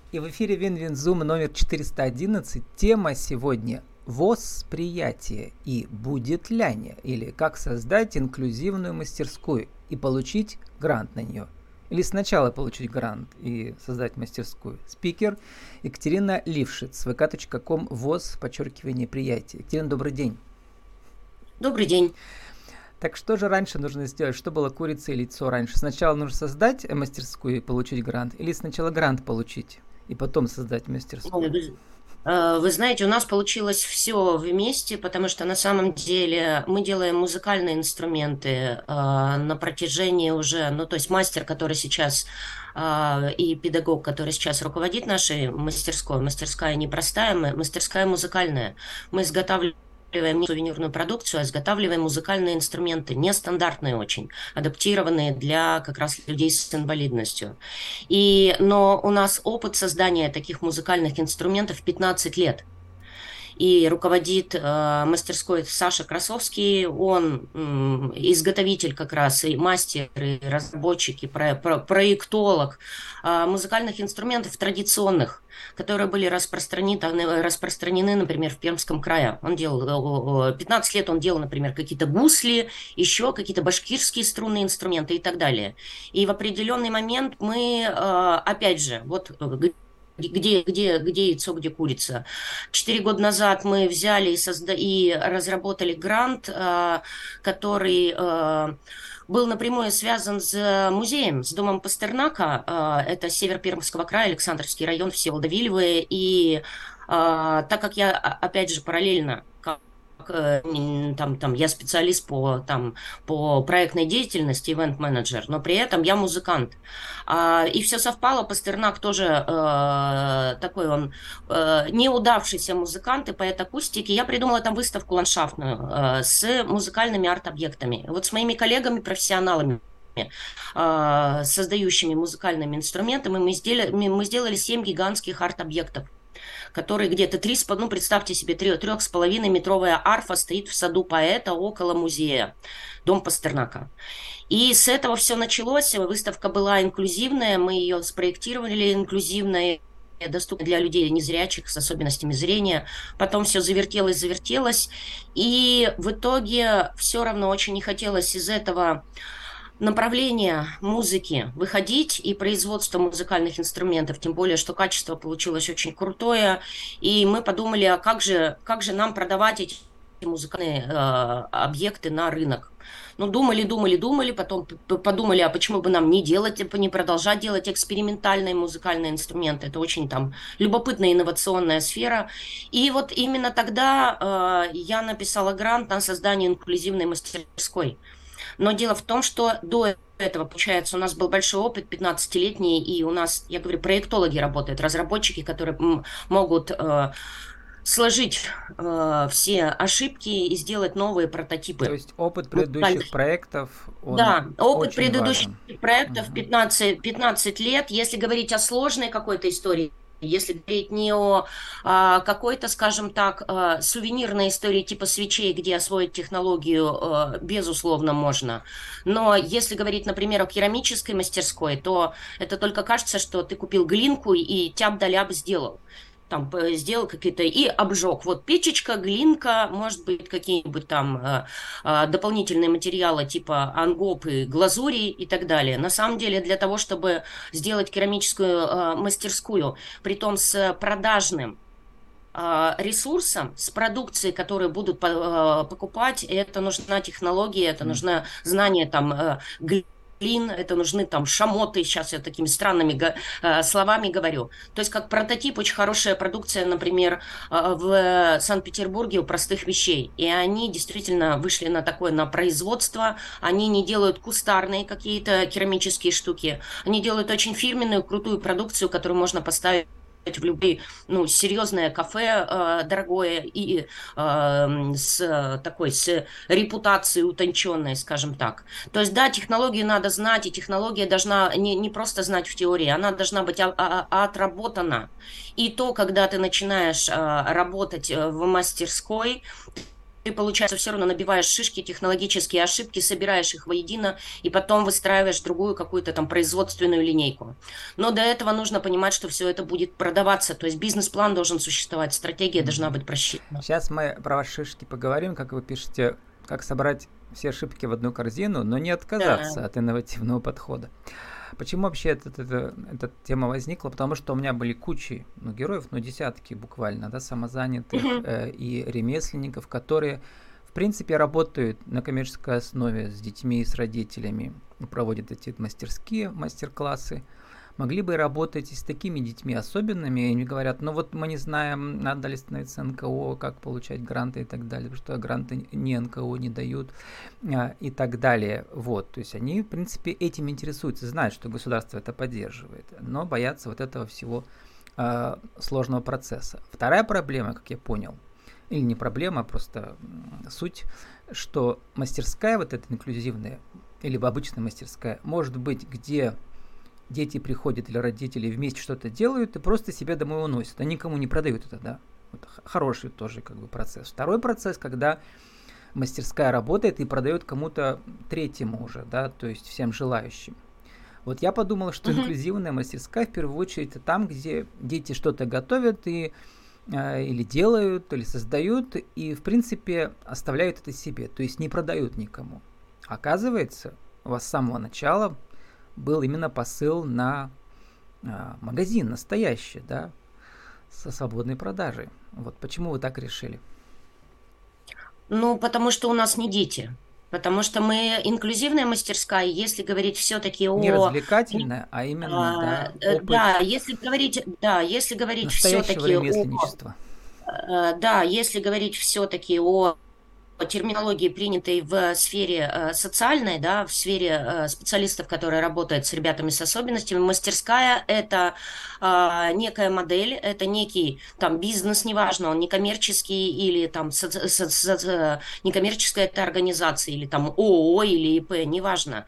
И в эфире Винвинзум номер 411. Тема сегодня «Восприятие» и «Будет ляня» или «Как создать инклюзивную мастерскую и получить грант на нее». Или сначала получить грант и создать мастерскую. Спикер Екатерина Лившиц, vk.com /приятие. Екатерина, добрый день. Добрый день. Так что же раньше нужно сделать? Что было курица и яйцо раньше? Сначала нужно создать мастерскую и получить грант? Или сначала грант получить и потом создать мастерскую? Вы знаете, у нас получилось все вместе, потому что на самом деле мы делаем музыкальные инструменты на протяжении уже, то есть мастер, который сейчас и педагог, который сейчас руководит нашей мастерской, мастерская непростая, мастерская музыкальная. Мы изготавливаем не сувенирную продукцию, а изготавливаем музыкальные инструменты, нестандартные очень, адаптированные для как раз людей с инвалидностью. Но у нас опыт создания таких музыкальных инструментов 15 лет. И руководит мастерской Саша Красовский. Он изготовитель как раз, и мастер, и разработчик, и проектолог музыкальных инструментов традиционных, которые были распространены, например, в Пермском крае. Он делал, 15 лет он делал, например, какие-то гусли, еще какие-то башкирские струнные инструменты и так далее. И в определенный момент мы, опять же, вот где яйцо, где курица. 4 года назад мы взяли и разработали грант, который был напрямую связан с музеем, с домом Пастернака. Это север Пермского края, Александровский район, Всеволода-Вильвы. И так как я, опять же, параллельно я специалист по проектной деятельности, ивент-менеджер, но при этом я музыкант. И все совпало, Пастернак тоже такой он неудавшийся музыкант и поэт акустики. Я придумала там выставку ландшафтную с музыкальными арт-объектами. Вот с моими коллегами-профессионалами, создающими музыкальными инструментами, мы сделали 7 гигантских арт-объектов, которые где-то представьте себе, 3,5-метровая арфа стоит в саду поэта около музея, дом Пастернака. И с этого все началось. Выставка была инклюзивная, мы ее спроектировали инклюзивной, доступной для людей незрячих с особенностями зрения. Потом все завертелось. И в итоге все равно очень не хотелось из этого направление музыки выходить и производство музыкальных инструментов, тем более, что качество получилось очень крутое. И мы подумали, а как же нам продавать эти музыкальные объекты на рынок? Думали, потом подумали, а почему бы нам не продолжать делать экспериментальные музыкальные инструменты. Это очень любопытная инновационная сфера. И вот именно тогда я написала грант на создание инклюзивной мастерской. Но дело в том, что до этого, получается, у нас был большой опыт, 15-летний, и у нас, я говорю, проектологи работают, разработчики, которые могут сложить все ошибки и сделать новые прототипы. То есть опыт предыдущих проектов, он Да, опыт очень предыдущих важен. проектов 15 лет. Если говорить о сложной какой-то истории, если говорить не о какой-то, скажем так, сувенирной истории типа свечей, где освоить технологию, безусловно, можно. Но если говорить, например, о керамической мастерской, то это только кажется, что ты купил глинку и тяп-да-ляп сделал. Сделал какие-то и обжег. Вот печечка, глинка, может быть, какие-нибудь дополнительные материалы типа ангопы, глазури и так далее. На самом деле, для того, чтобы сделать керамическую мастерскую, притом с продажным ресурсом, с продукцией, которую будут покупать, это нужна технология, это нужно знание глин, это нужны шамоты, сейчас я такими странными словами говорю. То есть как прототип очень хорошая продукция, например, в Санкт-Петербурге у простых вещей. И они действительно вышли на производство, они не делают кустарные какие-то керамические штуки, они делают очень фирменную, крутую продукцию, которую можно поставить в любые, серьезное кафе дорогое и с репутацией утонченной, скажем так. То есть, да, технологию надо знать, и технология должна не просто знать в теории, она должна быть отработана. И то, когда ты начинаешь работать в мастерской, ты, получается, все равно набиваешь шишки, технологические ошибки, собираешь их воедино и потом выстраиваешь другую какую-то там производственную линейку. Но до этого нужно понимать, что все это будет продаваться, то есть бизнес-план должен существовать, стратегия должна быть просчитана. Сейчас мы про ваши шишки поговорим, как вы пишете, как собрать все ошибки в одну корзину, но не отказаться Да. от инновативного подхода. Почему вообще эта тема возникла? Потому что у меня были кучи героев, десятки буквально, да, самозанятых Мгм. и ремесленников, которые, в принципе, работают на коммерческой основе с детьми и с родителями, проводят эти мастерские, мастер-классы. Могли бы работать и с такими детьми особенными, и они говорят, ну вот мы не знаем, надо ли становиться НКО, как получать гранты и так далее, потому что гранты не НКО не дают и так далее. Вот, то есть они, в принципе, этим интересуются, знают, что государство это поддерживает, но боятся вот этого всего сложного процесса. Вторая проблема, как я понял, или не проблема, а просто суть, что мастерская вот эта инклюзивная, или обычная мастерская, может быть, где дети приходят или родители вместе что-то делают и просто себе домой уносят. Они никому не продают это, да. Вот хороший тоже как бы процесс. Второй процесс, когда мастерская работает и продает кому-то третьему уже, да, то есть всем желающим. Вот я подумал, что Мгм. инклюзивная мастерская в первую очередь это там, где дети что-то готовят и или делают, или создают, и в принципе оставляют это себе, то есть не продают никому. Оказывается, у вас с самого начала был именно посыл на магазин настоящий, да, со свободной продажей. Вот почему вы так решили? Ну, потому что у нас не дети. Потому что мы инклюзивная мастерская, если говорить все-таки Не о... развлекательное, а именно, да, Да, опыт если говорить настоящего все-таки о... ремесленничества. Да, если говорить все-таки о терминологии, принятой в сфере социальной, да, в сфере специалистов, которые работают с ребятами с особенностями, мастерская– это некая модель, это некий там бизнес, неважно, он некоммерческий или там некоммерческая это организация, или там ООО или ИП, неважно.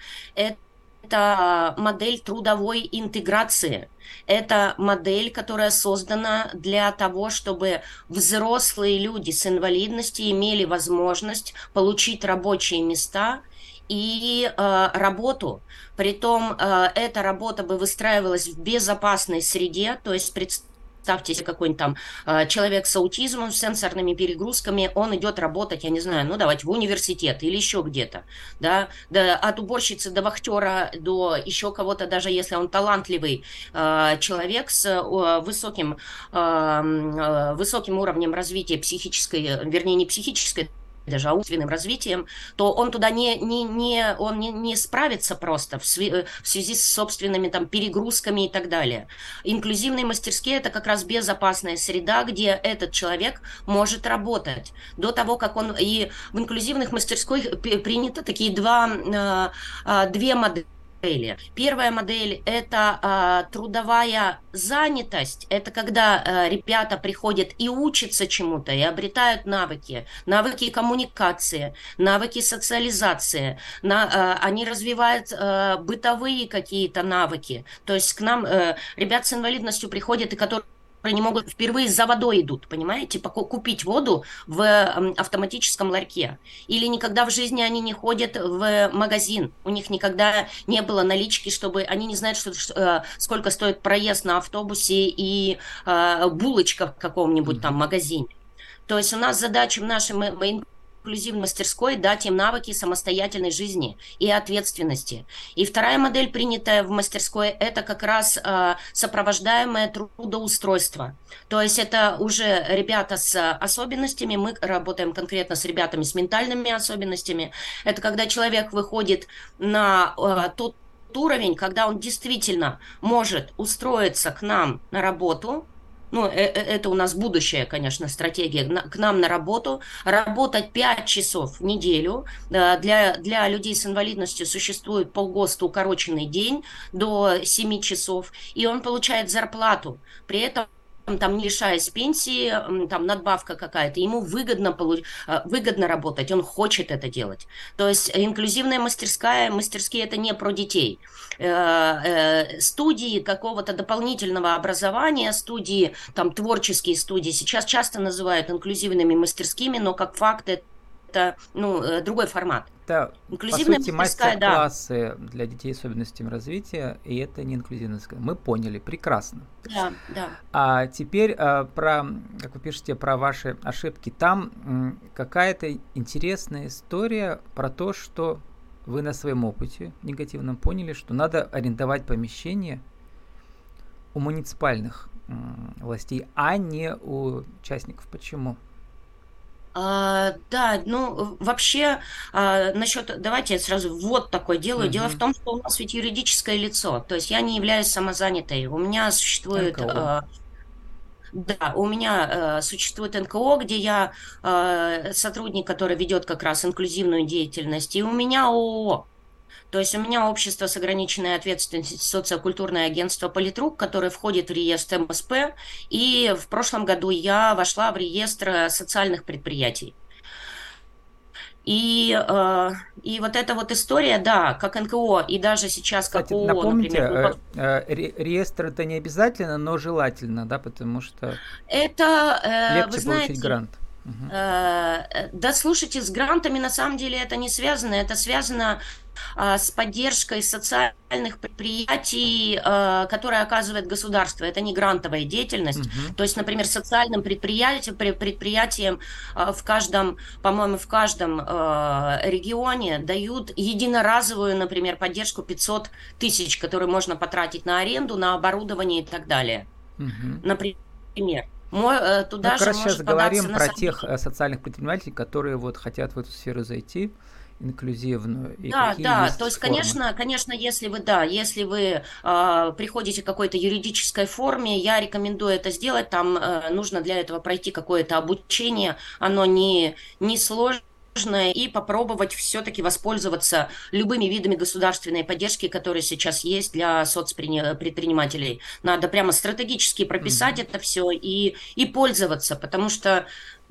Это модель трудовой интеграции. Это модель, которая создана для того, чтобы взрослые люди с инвалидностью имели возможность получить рабочие места и работу. Притом эта работа бы выстраивалась в безопасной среде, то есть представьте себе какой-нибудь там человек с аутизмом, с сенсорными перегрузками, он идет работать, я не знаю, ну давайте в университет или еще где-то, да, да, от уборщицы до вахтера, до еще кого-то, даже если он талантливый человек с высоким уровнем развития психической, вернее, не психической, даже умственным развитием, то он туда не справится просто в связи с собственными там перегрузками и так далее. Инклюзивные мастерские– это как раз безопасная среда, где этот человек может работать. До того, как он... И в инклюзивных мастерских принято такие две модели. Первая модель– это трудовая занятость. Это когда ребята приходят и учатся чему-то, и обретают навыки. Навыки коммуникации, навыки социализации. Они развивают бытовые какие-то навыки. То есть к нам ребят с инвалидностью приходят, и которые не могут, впервые за водой идут, понимаете, купить воду в автоматическом ларьке. Или никогда в жизни они не ходят в магазин, у них никогда не было налички, чтобы они не знают, сколько стоит проезд на автобусе и булочка в каком-нибудь там Мгм. магазине. То есть у нас задача в нашей инклюзивной мастерской дать им навыки самостоятельной жизни и ответственности. И вторая модель, принятая в мастерской, это как раз сопровождаемое трудоустройство. То есть это уже ребята с особенностями, мы работаем конкретно с ребятами с ментальными особенностями. Это когда человек выходит на тот уровень, когда он действительно может устроиться к нам на работу. Ну, это у нас будущая, конечно, стратегия. К нам на работу. Работать 5 часов в неделю. Для людей с инвалидностью существует по ГОСТу укороченный день до 7 часов. И он получает зарплату. При этом там, не лишаясь пенсии, там надбавка какая-то, ему выгодно работать, он хочет это делать. То есть инклюзивная мастерские это не про детей. Студии какого-то дополнительного образования, студии, там творческие студии сейчас часто называют инклюзивными мастерскими, но как факт это другой формат. Это, по Инклюзивная сути, мастерская, да. мастер-классы для детей с особенностями развития, и это не инклюзивная. Мы поняли, прекрасно. Да, да. А теперь про, как вы пишете, про ваши ошибки. Там какая-то интересная история про то, что вы на своем опыте негативном поняли, что надо арендовать помещение у муниципальных властей, а не у участников. Почему? Да, вообще, давайте я сразу вот такое делаю. Дело в Мгм. том, что у нас ведь юридическое лицо, то есть я не являюсь самозанятой. У меня существует, НКО. да, у меня существует НКО, где я сотрудник, который ведет как раз инклюзивную деятельность, и у меня ООО. То есть у меня общество с ограниченной ответственностью, социокультурное агентство «Политрук», которое входит в реестр МСП, и в прошлом году я вошла в реестр социальных предприятий. И вот эта вот история, да, как НКО, и даже сейчас как Кстати, ООО, напомните, например, реестр это не обязательно, но желательно, да, потому что вы легче получить знаете, грант. Мгм. да, слушайте, с грантами на самом деле это не связано, это связано с поддержкой социальных предприятий, которые оказывает государство. Это не грантовая деятельность. Мгм. То есть, например, социальным предприятиям в каждом, по-моему, в каждом регионе дают единоразовую, например, поддержку 500 тысяч, которые можно потратить на аренду, на оборудование и так далее. Мгм. Например. Мы Туда как же раз сейчас может податься говорим на про самом тех деле. социальных предпринимателей, которые вот хотят в эту сферу зайти, инклюзивную, и Да, какие да, то есть есть, формы. конечно, если вы приходите к какой-то юридической форме, я рекомендую это сделать. Там нужно для этого пройти какое-то обучение, оно не сложное, и попробовать все-таки воспользоваться любыми видами государственной поддержки, которые сейчас есть для соцпредпринимателей. Надо прямо стратегически прописать Мгм. это все и пользоваться, потому что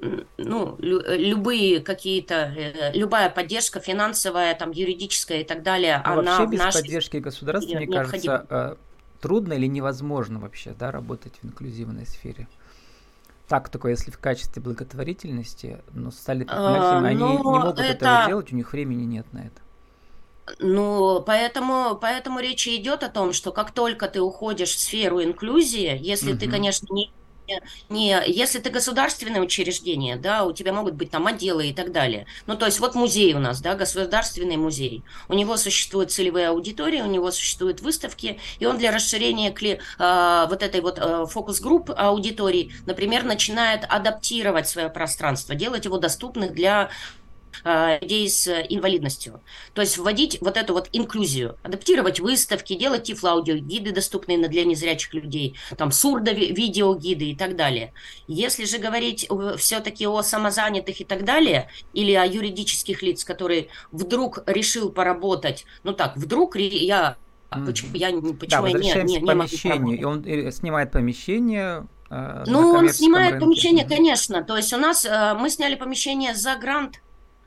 любые какие-то, любая поддержка финансовая, там, юридическая и так далее, Ну, вообще она в без нашей поддержки государства, стране мне необходима. кажется, трудно или невозможно вообще, да, работать в инклюзивной сфере. Так, только если в качестве благотворительности, но социальные предприниматели, они не Но могут этого это, делать, у них времени нет на это. поэтому речь и идет о том, что как только ты уходишь в сферу инклюзии, если ты, Мгм. конечно, если ты государственное учреждение, да, у тебя могут быть там отделы и так далее. Ну, то есть вот музей у нас, да, государственный музей. У него существуют целевые аудитории, у него существуют выставки, и он для расширения вот этой вот фокус-групп аудиторий, например, начинает адаптировать свое пространство, делать его доступным для людей с инвалидностью. То есть вводить вот эту вот инклюзию, адаптировать выставки, делать тифлоаудиогиды, доступные для незрячих людей, там сурдо-видеогиды и так далее. Если же говорить все-таки о самозанятых и так далее, или о юридических лиц, которые вдруг решил поработать, вдруг Мгм. Да, почему я возвращаемся к не могу помещению, и поработать? он снимает помещение на Ну, он коммерческом снимает рынке. помещение, Мгм. конечно. То есть у нас мы сняли помещение за грант,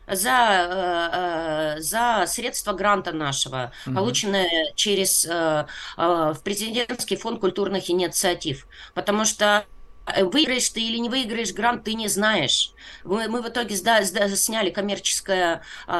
за средства гранта нашего, Мгм. полученное в президентский фонд культурных инициатив. Потому что выиграешь ты или не выиграешь грант, ты не знаешь. Мы в итоге сняли коммерческое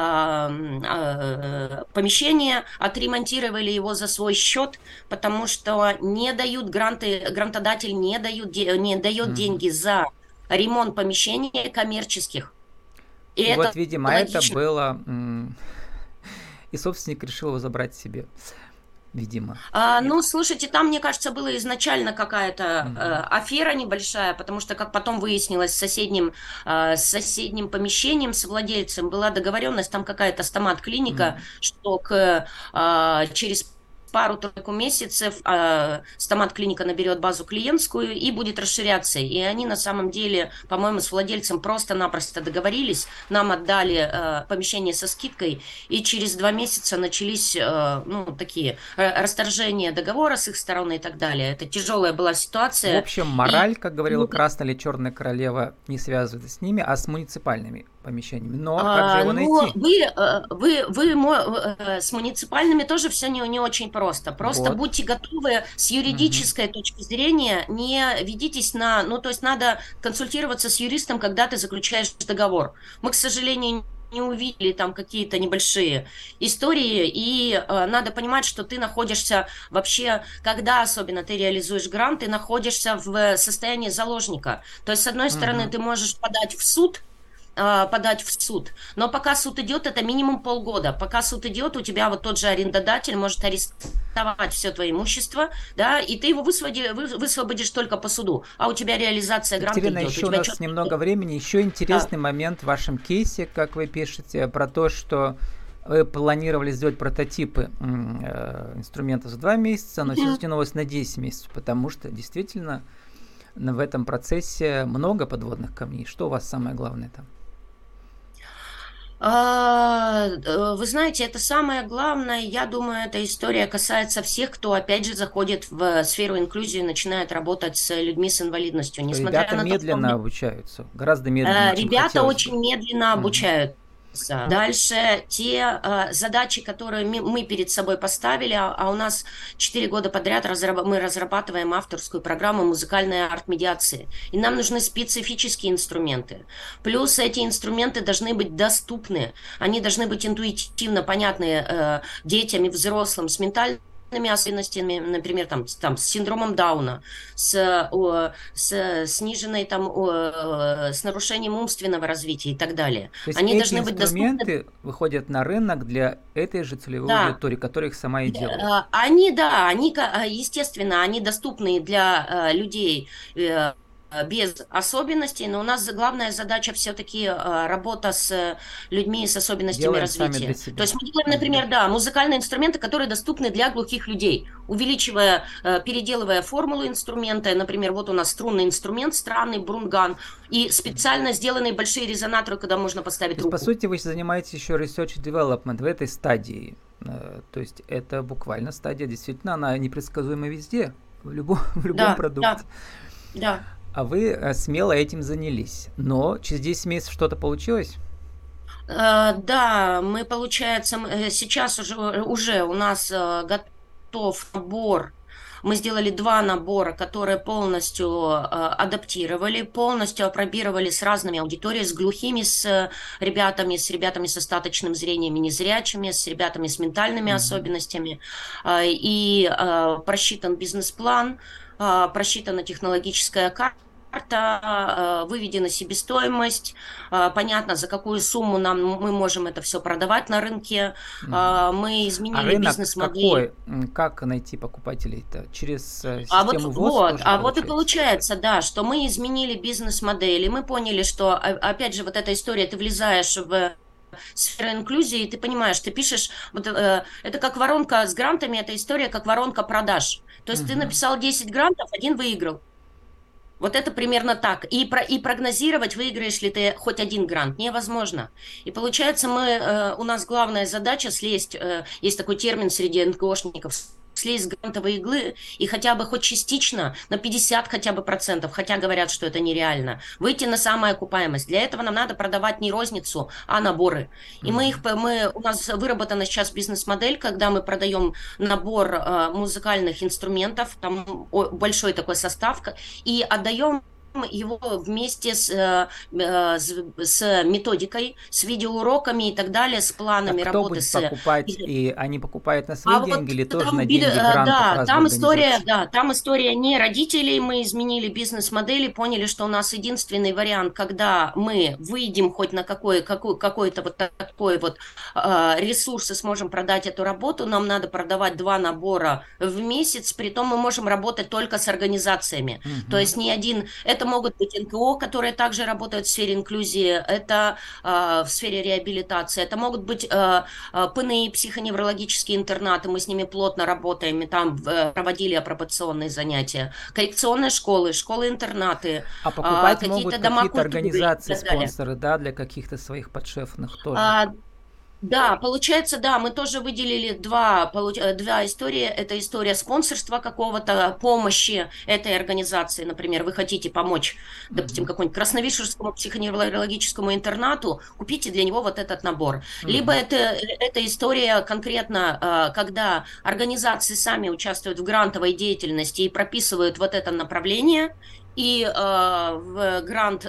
помещение, отремонтировали его за свой счет, потому что не дают гранты, грантодатель не дает Мгм. деньги за ремонт помещений коммерческих. И И вот, это видимо, это логично. было... И собственник решил его забрать себе, видимо. Слушайте, там, мне кажется, была изначально какая-то Мгм. афера небольшая, потому что, как потом выяснилось, с соседним помещением, с владельцем была договоренность, там какая-то стомат-клиника, Мгм. что через пару-тройку месяцев стомат-клиника наберет базу клиентскую и будет расширяться. И они на самом деле, по-моему, с владельцем просто-напросто договорились, нам отдали помещение со скидкой, и через 2 месяца начались такие расторжения договора с их стороны и так далее. Это тяжелая была В ситуация. общем, И мораль, как говорила Красная или Черная Королева, не связывается с ними, а с муниципальными помещениями. Но как же его Ну, найти? с муниципальными тоже все не очень просто. Просто Вот. будьте готовы с Мгм. юридической точки зрения, не ведитесь на... Ну, то есть надо консультироваться с юристом, когда ты заключаешь договор. Мы, к сожалению, не увидели там какие-то небольшие истории, и надо понимать, что ты находишься вообще, когда особенно ты реализуешь грант, ты находишься в состоянии заложника. То есть, с одной стороны, Мгм. ты можешь подать в суд. Но пока суд идет, это минимум полгода. Пока суд идет, у тебя вот тот же арендодатель может арестовать все твое имущество, да, и ты его высвободишь только по суду, а у тебя реализация гранта Екатерина, идет, у еще у тебя нас четко... немного времени. Еще Да. интересный момент в вашем кейсе, как вы пишете, про то, что вы планировали сделать прототипы инструментов за 2 месяца, но все Мгм. затянулось на 10 месяцев, потому что действительно в этом процессе много подводных камней. Что у вас самое главное там? Вы знаете, это самое главное. Я думаю, эта история касается всех, кто, опять же, заходит в сферу инклюзии и начинает работать с людьми с инвалидностью. Что Несмотря ребята на то, что медленно обучаются, гораздо медленнее, чем ребята хотелось бы. очень медленно Мгм. обучаются. Дальше те задачи, которые мы перед собой поставили, а у нас 4 года подряд мы разрабатываем авторскую программу музыкальной арт-медиации. И нам нужны специфические инструменты. Плюс эти инструменты должны быть доступны, они должны быть интуитивно понятны детям и взрослым с ментальными особенностями, например, там, с синдромом Дауна, с сниженной с нарушением умственного развития и так далее. То есть Они эти должны быть доступны, инструменты выходят на рынок для этой же целевой да. аудитории, которая их сама и делает. Они, да, естественно, они доступны для людей без особенностей, но у нас главная задача все-таки работа с людьми с особенностями Делаем сами для развития. То себя. есть мы делаем, Мгм. например, да, музыкальные инструменты, которые доступны для глухих людей, увеличивая, переделывая формулу инструмента. Например, вот у нас струнный инструмент, странный брунган, и специально сделанные большие резонаторы, куда можно То поставить есть, по руку. сути, вы занимаетесь еще research and development в этой стадии. То есть, это буквально стадия, действительно, она непредсказуема везде, в любом Да, продукте. да, да. А вы смело этим занялись. Но через 10 месяцев что-то получилось? Да, мы, получается, сейчас уже у нас готов набор. Мы сделали 2 набора, которые полностью адаптировали, полностью опробировали с разными аудиториями, с глухими, с ребятами с остаточным зрением и незрячими, с ребятами с ментальными Мгм. особенностями. И просчитан бизнес-план, просчитана технологическая карта, выведена себестоимость, понятно, за какую сумму мы можем это все продавать на рынке. Мгм. Мы А изменили рынок бизнес-модель. какой? Как найти покупателей-то? Через систему ВОЗ тоже А вот и получается? получается, да, что мы изменили бизнес-модель, и мы поняли, что, опять же, вот эта история, ты влезаешь в сферу инклюзии, и ты понимаешь, ты пишешь, вот, это как воронка с грантами, это история как воронка продаж. То есть ты Мгм. написал 10 грантов, один выиграл. Вот это примерно так. И прогнозировать, выиграешь ли ты хоть один грант, невозможно. И получается, у нас главная задача слезть, есть такой термин среди НКОшников, слезть с грантовой иглы и хотя бы хоть частично, на 50 хотя бы процентов, хотя говорят, что это нереально, выйти на самую окупаемость. Для этого нам надо продавать не розницу, а наборы. И Мгм. у нас выработана сейчас бизнес-модель, когда мы продаем набор музыкальных инструментов, там большой такой состав, и отдаем его вместе с методикой, с видеоуроками и так далее, с А планами кто работы будет с... покупать? И они покупают на свои А вот деньги или тоже там, на деньги грантов разных организаций? там история не родителей, мы изменили бизнес-модели, поняли, что у нас единственный вариант, когда мы выйдем хоть на какой-то вот такой вот ресурс и сможем продать эту работу, нам надо продавать 2 набора в месяц, притом мы можем работать только с организациями. То Мгм. есть это могут быть НКО, которые также работают в сфере инклюзии, это в сфере реабилитации, это могут быть ПНИ, психоневрологические интернаты, мы с ними плотно работаем, и там проводили апробационные занятия, коррекционные школы, школы-интернаты, А покупать могут какие-то дома какие-то культуры и организации, так далее. спонсоры, да, для каких-то своих подшефных тоже. А, Да, получается, да, мы тоже выделили две истории. Это история спонсорства какого-то, помощи этой организации. Например, вы хотите помочь, допустим, Мгм. какому-нибудь красновишерскому психоневрологическому интернату, купите для него вот этот набор. Либо Мгм. это история конкретно, когда организации сами участвуют в грантовой деятельности и прописывают вот это направление, и в грант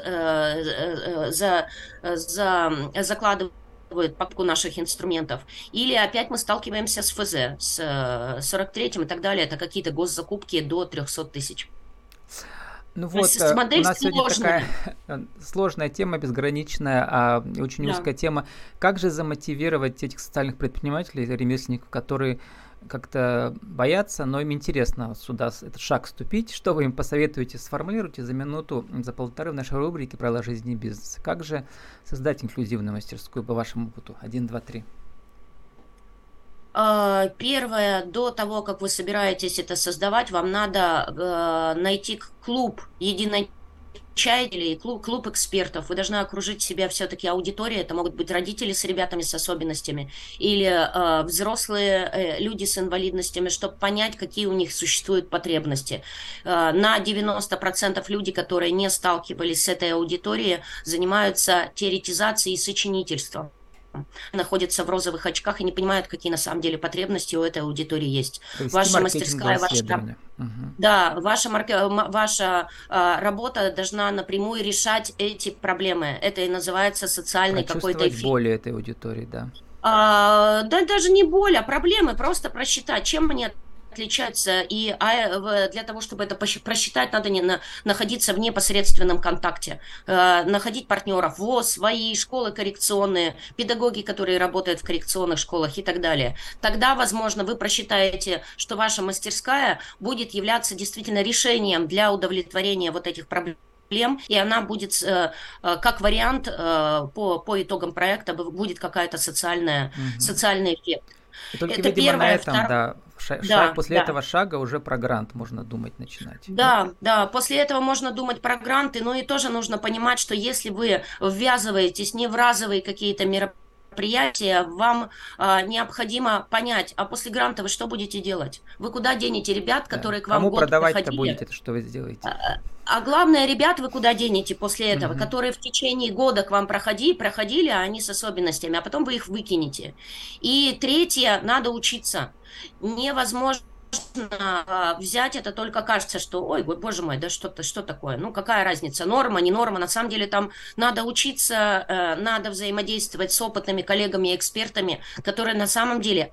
закладывают покупку наших инструментов. Или опять мы сталкиваемся с ФЗ, с 43-м и так далее. Это какие-то госзакупки до 300 тысяч. Ну То есть вот, у модель нас сегодня такая сложная. сложная тема, безграничная, и очень Да. узкая тема. Как же замотивировать этих социальных предпринимателей, ремесленников, которые как-то боятся, но им интересно сюда этот шаг вступить? Что вы им посоветуете, сформулируйте за минуту, за полторы в нашей рубрике «Правила жизни и бизнеса». Как же создать инклюзивную мастерскую по вашему опыту? Один, два, три. Первое, до того, как вы собираетесь это создавать, вам надо найти клуб единочаятелей, клуб экспертов. Вы должны окружить себя все-таки аудиторией. Это могут быть родители с ребятами с особенностями или взрослые люди с инвалидностями, чтобы понять, какие у них существуют потребности. На 90% люди, которые не сталкивались с этой аудиторией, занимаются теоретизацией и сочинительством, находятся в розовых очках и не понимают, какие на самом деле потребности у этой аудитории есть. Провести Ваша маркетинговое мастерская, исследование. Мгм. да, ваша работа должна напрямую решать эти проблемы. Это и называется социальный какой-то Прочувствовать эффект. боли этой аудитории, да. Да даже не боль, а проблемы, просто просчитать, чем они отличаются. И для того, чтобы это просчитать, надо находиться в непосредственном контакте, находить партнеров, ВОЗ, свои школы коррекционные, педагоги, которые работают в коррекционных школах и так далее. Тогда, возможно, вы просчитаете, что ваша мастерская будет являться действительно решением для удовлетворения вот этих проблем, и она будет, как вариант, по итогам проекта будет какая-то Мгм. социальный эффект. И только, Это видимо, на первое. этом, Второе, да, шаг, да, после да. этого шага уже про грант можно думать начинать. Да? Да, да, после этого можно думать про гранты, но и тоже нужно понимать, что если вы ввязываетесь не в разовые какие-то мероприятия, вам необходимо понять, а после гранта вы что будете делать? Вы куда денете ребят, Да. которые к вам Кому год продавать-то приходили? будете, это что вы сделаете? А главное, ребят вы куда денете после этого, Мгм. которые в течение года к вам проходили, а они с особенностями, а потом вы их выкинете. И третье, надо учиться. Невозможно взять это, только кажется, что, ой, боже мой, да что такое? Ну, какая разница, норма, не норма? На самом деле там надо учиться, надо взаимодействовать с опытными коллегами и экспертами, которые на самом деле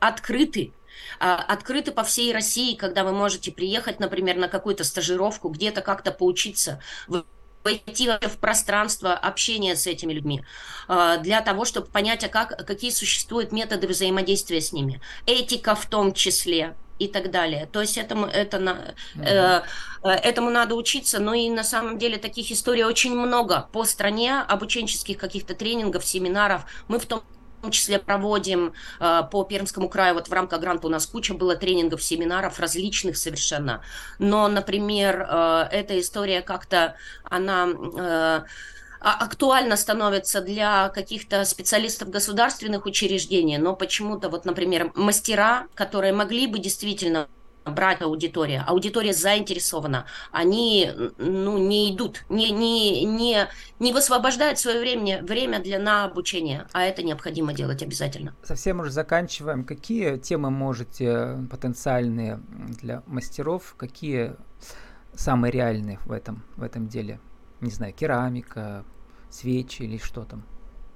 открыты по всей России, когда вы можете приехать, например, на какую-то стажировку, где-то как-то поучиться, войти вообще в пространство общения с этими людьми, для того, чтобы понять, какие существуют методы взаимодействия с ними, этика в том числе и так далее. То есть Мгм. этому надо учиться, но и на самом деле таких историй очень много по стране, обученческих каких-то тренингов, семинаров. Мы в том числе проводим по Пермскому краю, вот в рамках гранта у нас куча было тренингов, семинаров различных совершенно. Но, например, эта история как-то, она актуально становится для каких-то специалистов государственных учреждений, но почему-то, вот, например, мастера, которые могли бы действительно брать аудитория заинтересована, они, ну, не идут, не высвобождают свое время на обучение, а это необходимо делать обязательно. Совсем уже заканчиваем. Какие темы можете потенциальные для мастеров, какие самые реальные в этом деле? Не знаю, керамика, свечи или что там?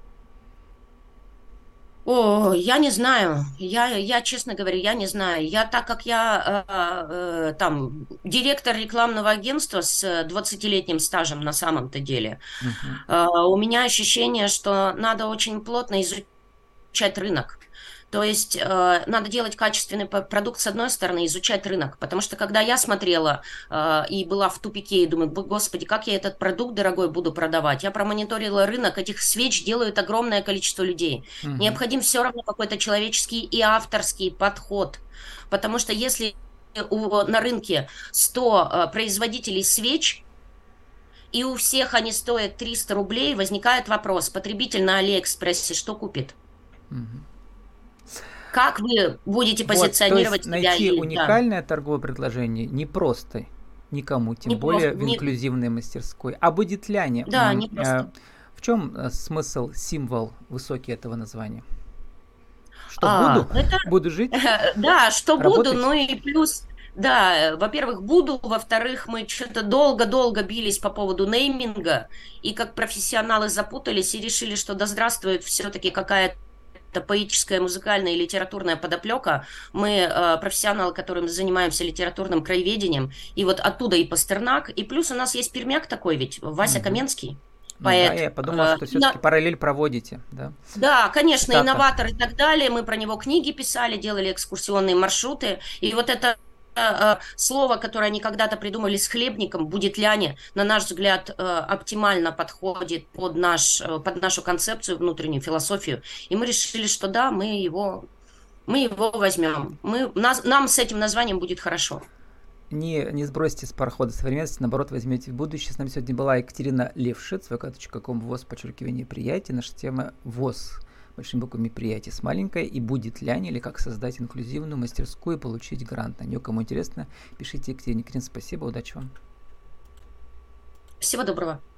О, я не знаю. Честно говоря, я не знаю. Так как я там директор рекламного агентства с 20-летним стажем на самом-то деле, Мгм. у меня ощущение, что надо очень плотно изучать рынок. То есть надо делать качественный продукт с одной стороны, изучать рынок. Потому что когда я смотрела и была в тупике, и думаю, господи, как я этот продукт дорогой буду продавать? Я промониторила рынок, этих свеч делают огромное количество людей. Мгм. Необходим все равно какой-то человеческий и авторский подход. Потому что если на рынке 100 производителей свеч, и у всех они стоят 300 рублей, возникает вопрос, потребитель на Алиэкспрессе что купит? Мгм. Как вы будете Вот, то есть позиционировать себя найти и да, уникальное торговое предложение непросто никому, не тем более просто, в инклюзивной мастерской. А будет ляне? да, не просто. В чем смысл, символ высокий этого названия? Что буду? Это, Буду жить? да, что буду, Работать? ну и плюс, да, во-первых, буду, во-вторых, мы что-то долго-долго бились по поводу нейминга, и как профессионалы запутались и решили, что да здравствует все-таки какая-то поэтическая, музыкальная и литературная подоплека. Мы профессионалы, которым занимаемся литературным краеведением, и вот оттуда и Пастернак, и плюс у нас есть пермяк такой ведь, Вася Мгм. Каменский, Ну да, поэт. я подумал, что все-таки параллель проводите, да? Да, конечно, Цитата. инноватор и так далее. Мы про него книги писали, делали экскурсионные маршруты. И вот это слово, которое они когда-то придумали с хлебником, будет ляне, на наш взгляд, оптимально подходит под нашу концепцию, внутреннюю философию. И мы решили, что да, мы его возьмем. Нам с этим названием будет хорошо. Не сбросьте с парохода современности, наоборот, возьмете в будущее. С нами сегодня была Екатерина Левшиц, vk.com ВОЗ, подчеркивание приятия. Наша тема ВОЗ, большими буквами приятие с маленькой, и будет лянь, или как создать инклюзивную мастерскую и получить грант. На нее, кому интересно, пишите Екатерине. Екатерина, спасибо, удачи вам. Всего доброго.